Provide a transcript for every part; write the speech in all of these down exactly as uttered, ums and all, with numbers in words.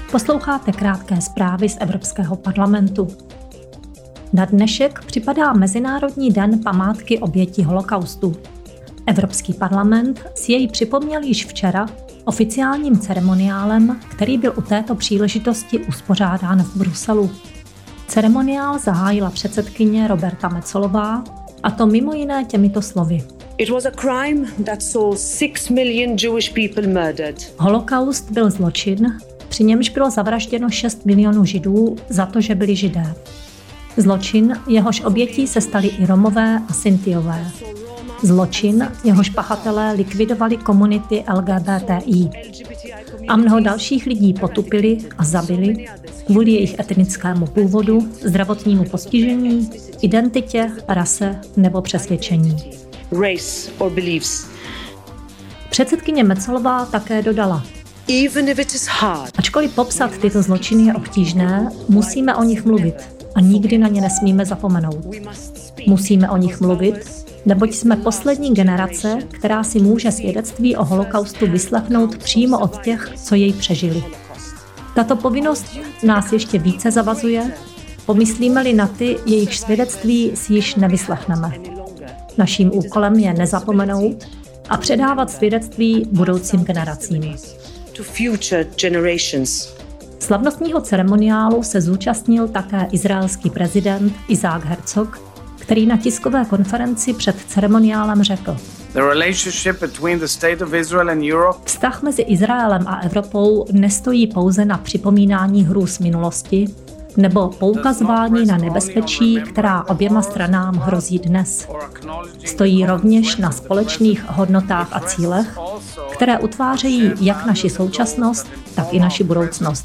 Posloucháte krátké zprávy z Evropského parlamentu. Na dnešek připadá Mezinárodní den památky obětí holokaustu. Evropský parlament si jej připomněl již včera oficiálním ceremoniálem, který byl u této příležitosti uspořádán v Bruselu. Ceremoniál zahájila předsedkyně Roberta Metsolová, a to mimo jiné těmito slovy. It was a crime that saw six million Jewish people murdered. Holokaust byl zločin, při němž bylo zavražděno šest milionů Židů za to, že byli Židé. Zločin, jehož obětí se stali i Romové a Sintiové. Zločin, jehož pachatelé likvidovali komunity L G B T I. A mnoho dalších lidí potupili a zabili kvůli jejich etnickému původu, zdravotnímu postižení, identitě, rase nebo přesvědčení. Race or beliefs. Předsedkyně Metsolová také dodala: Even if it is hard. Ačkoliv popsat tyto zločiny je obtížné, musíme o nich mluvit a nikdy na ně nesmíme zapomenout. Musíme o nich mluvit, neboť jsme poslední generace, která si může svědectví o holokaustu vyslechnout přímo od těch, co jej přežili. Tato povinnost nás ještě více zavazuje, pomyslíme-li na ty, jejichž svědectví si již nevyslechneme. Naším úkolem je nezapomenout a předávat svědectví budoucím generacím. To future generations. Slavnostního ceremoniálu se zúčastnil také izraelský prezident Isaac Herzog, který na tiskové konferenci před ceremoniálem řekl: The relationship between the state of Israel and Europe. Vztah mezi Izraelem a Evropou nestojí pouze na připomínání hrůz minulosti nebo poukazování na nebezpečí, která oběma stranám hrozí dnes. Stojí rovněž na společných hodnotách a cílech, které utvářejí jak naši současnost, tak i naši budoucnost.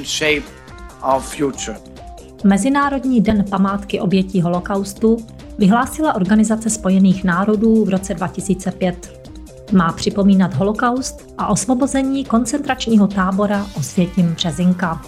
Mezinárodní den památky obětí holokaustu vyhlásila Organizace spojených národů v roce dva tisíce pět. Má připomínat holokaust a osvobození koncentračního tábora Osvětim-Březinka.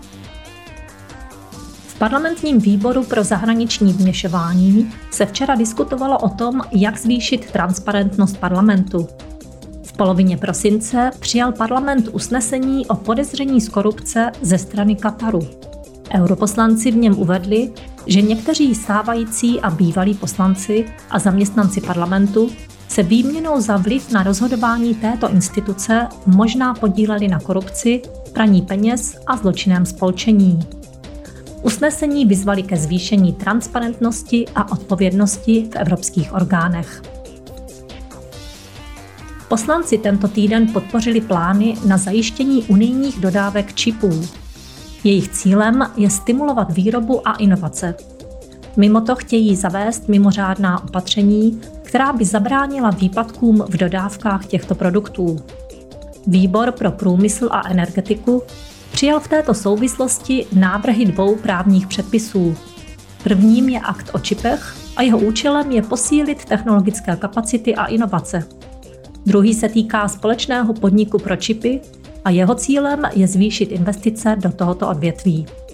V parlamentním výboru pro zahraniční vměšování se včera diskutovalo o tom, jak zvýšit transparentnost parlamentu. V polovině prosince přijal parlament usnesení o podezření z korupce ze strany Kataru. Europoslanci v něm uvedli, že někteří stávající a bývalí poslanci a zaměstnanci parlamentu se výměnou za vliv na rozhodování této instituce možná podíleli na korupci, praní peněz a zločinném spolčení. Usnesení vyzvali ke zvýšení transparentnosti a odpovědnosti v evropských orgánech. Poslanci tento týden podpořili plány na zajištění unijních dodávek čipů. Jejich cílem je stimulovat výrobu a inovace. Mimo to chtějí zavést mimořádná opatření, která by zabránila výpadkům v dodávkách těchto produktů. Výbor pro průmysl a energetiku přijal v této souvislosti návrhy dvou právních předpisů. Prvním je akt o čipech a jeho účelem je posílit technologické kapacity a inovace. Druhý se týká společného podniku pro čipy a jeho cílem je zvýšit investice do tohoto odvětví.